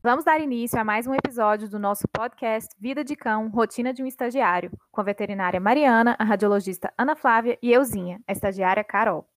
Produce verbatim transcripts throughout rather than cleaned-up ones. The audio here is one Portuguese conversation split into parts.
Vamos dar início a mais um episódio do nosso podcast Vida de Cão, Rotina de um Estagiário, com a veterinária Mariana, a radiologista Ana Flávia e euzinha, a estagiária Carol.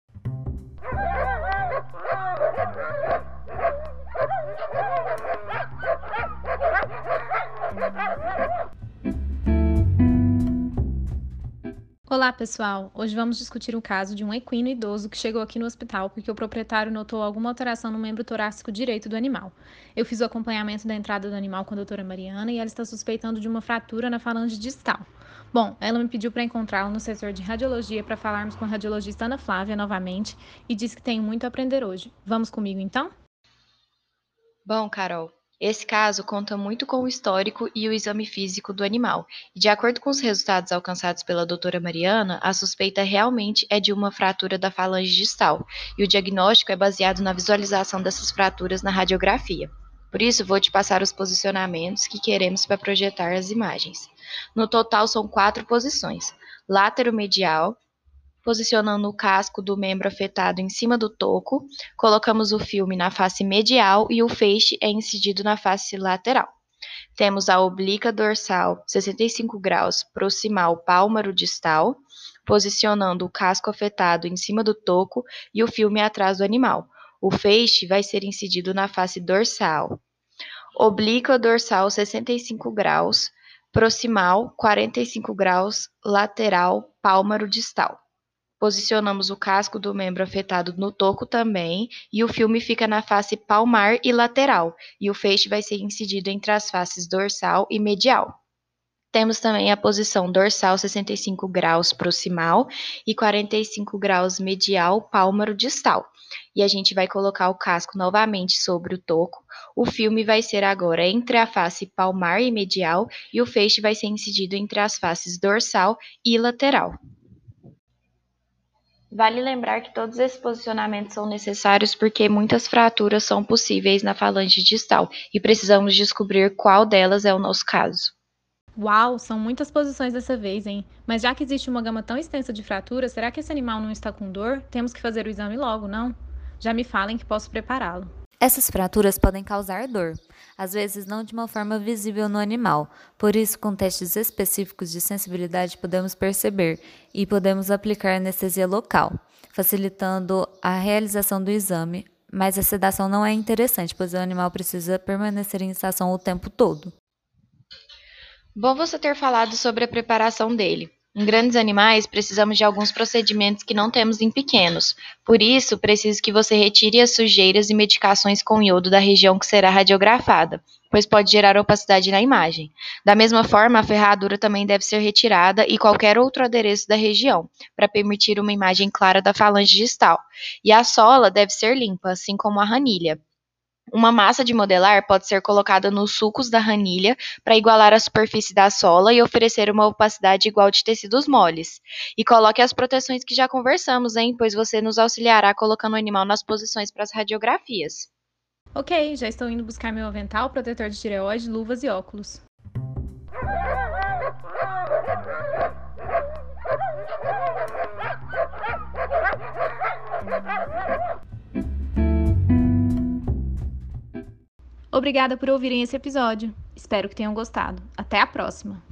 Olá pessoal, hoje vamos discutir o caso de um equino idoso que chegou aqui no hospital porque o proprietário notou alguma alteração no membro torácico direito do animal. Eu fiz o acompanhamento da entrada do animal com a doutora Mariana e ela está suspeitando de uma fratura na falange distal. Bom, ela me pediu para encontrá-la no setor de radiologia para falarmos com a radiologista Ana Flávia novamente e disse que tenho muito a aprender hoje. Vamos comigo então? Bom, Carol, esse caso conta muito com o histórico e o exame físico do animal. E de acordo com os resultados alcançados pela doutora Mariana, a suspeita realmente é de uma fratura da falange distal, e o diagnóstico é baseado na visualização dessas fraturas na radiografia. Por isso, vou te passar os posicionamentos que queremos para projetar as imagens. No total, são quatro posições: látero-medial, posicionando o casco do membro afetado em cima do toco, colocamos o filme na face medial e o feixe é incidido na face lateral. Temos a oblíqua dorsal, sessenta e cinco graus, proximal pálmaro distal, posicionando o casco afetado em cima do toco e o filme atrás do animal. O feixe vai ser incidido na face dorsal. Oblíqua dorsal, sessenta e cinco graus, proximal, quarenta e cinco graus, lateral, pálmaro distal. Posicionamos o casco do membro afetado no toco também, e o filme fica na face palmar e lateral, e o feixe vai ser incidido entre as faces dorsal e medial. Temos também a posição dorsal sessenta e cinco graus proximal e quarenta e cinco graus medial pálmaro distal. E a gente vai colocar o casco novamente sobre o toco. O filme vai ser agora entre a face palmar e medial, e o feixe vai ser incidido entre as faces dorsal e lateral. Vale lembrar que todos esses posicionamentos são necessários porque muitas fraturas são possíveis na falange distal e precisamos descobrir qual delas é o nosso caso. Uau, são muitas posições dessa vez, hein? Mas já que existe uma gama tão extensa de fraturas, será que esse animal não está com dor? Temos que fazer o exame logo, não? Já me falem que posso prepará-lo. Essas fraturas podem causar dor, às vezes não de uma forma visível no animal, por isso com testes específicos de sensibilidade podemos perceber e podemos aplicar anestesia local, facilitando a realização do exame, mas a sedação não é interessante, pois o animal precisa permanecer em estação o tempo todo. Bom você ter falado sobre a preparação dele. Em grandes animais, precisamos de alguns procedimentos que não temos em pequenos. Por isso, preciso que você retire as sujeiras e medicações com iodo da região que será radiografada, pois pode gerar opacidade na imagem. Da mesma forma, a ferradura também deve ser retirada e qualquer outro adereço da região, para permitir uma imagem clara da falange distal. E a sola deve ser limpa, assim como a ranilha. Uma massa de modelar pode ser colocada nos sulcos da ranilha para igualar a superfície da sola e oferecer uma opacidade igual de tecidos moles. E coloque as proteções que já conversamos, hein? Pois você nos auxiliará colocando o animal nas posições para as radiografias. Ok, já estou indo buscar meu avental, protetor de tireoide, luvas e óculos. Obrigada por ouvirem esse episódio. Espero que tenham gostado. Até a próxima!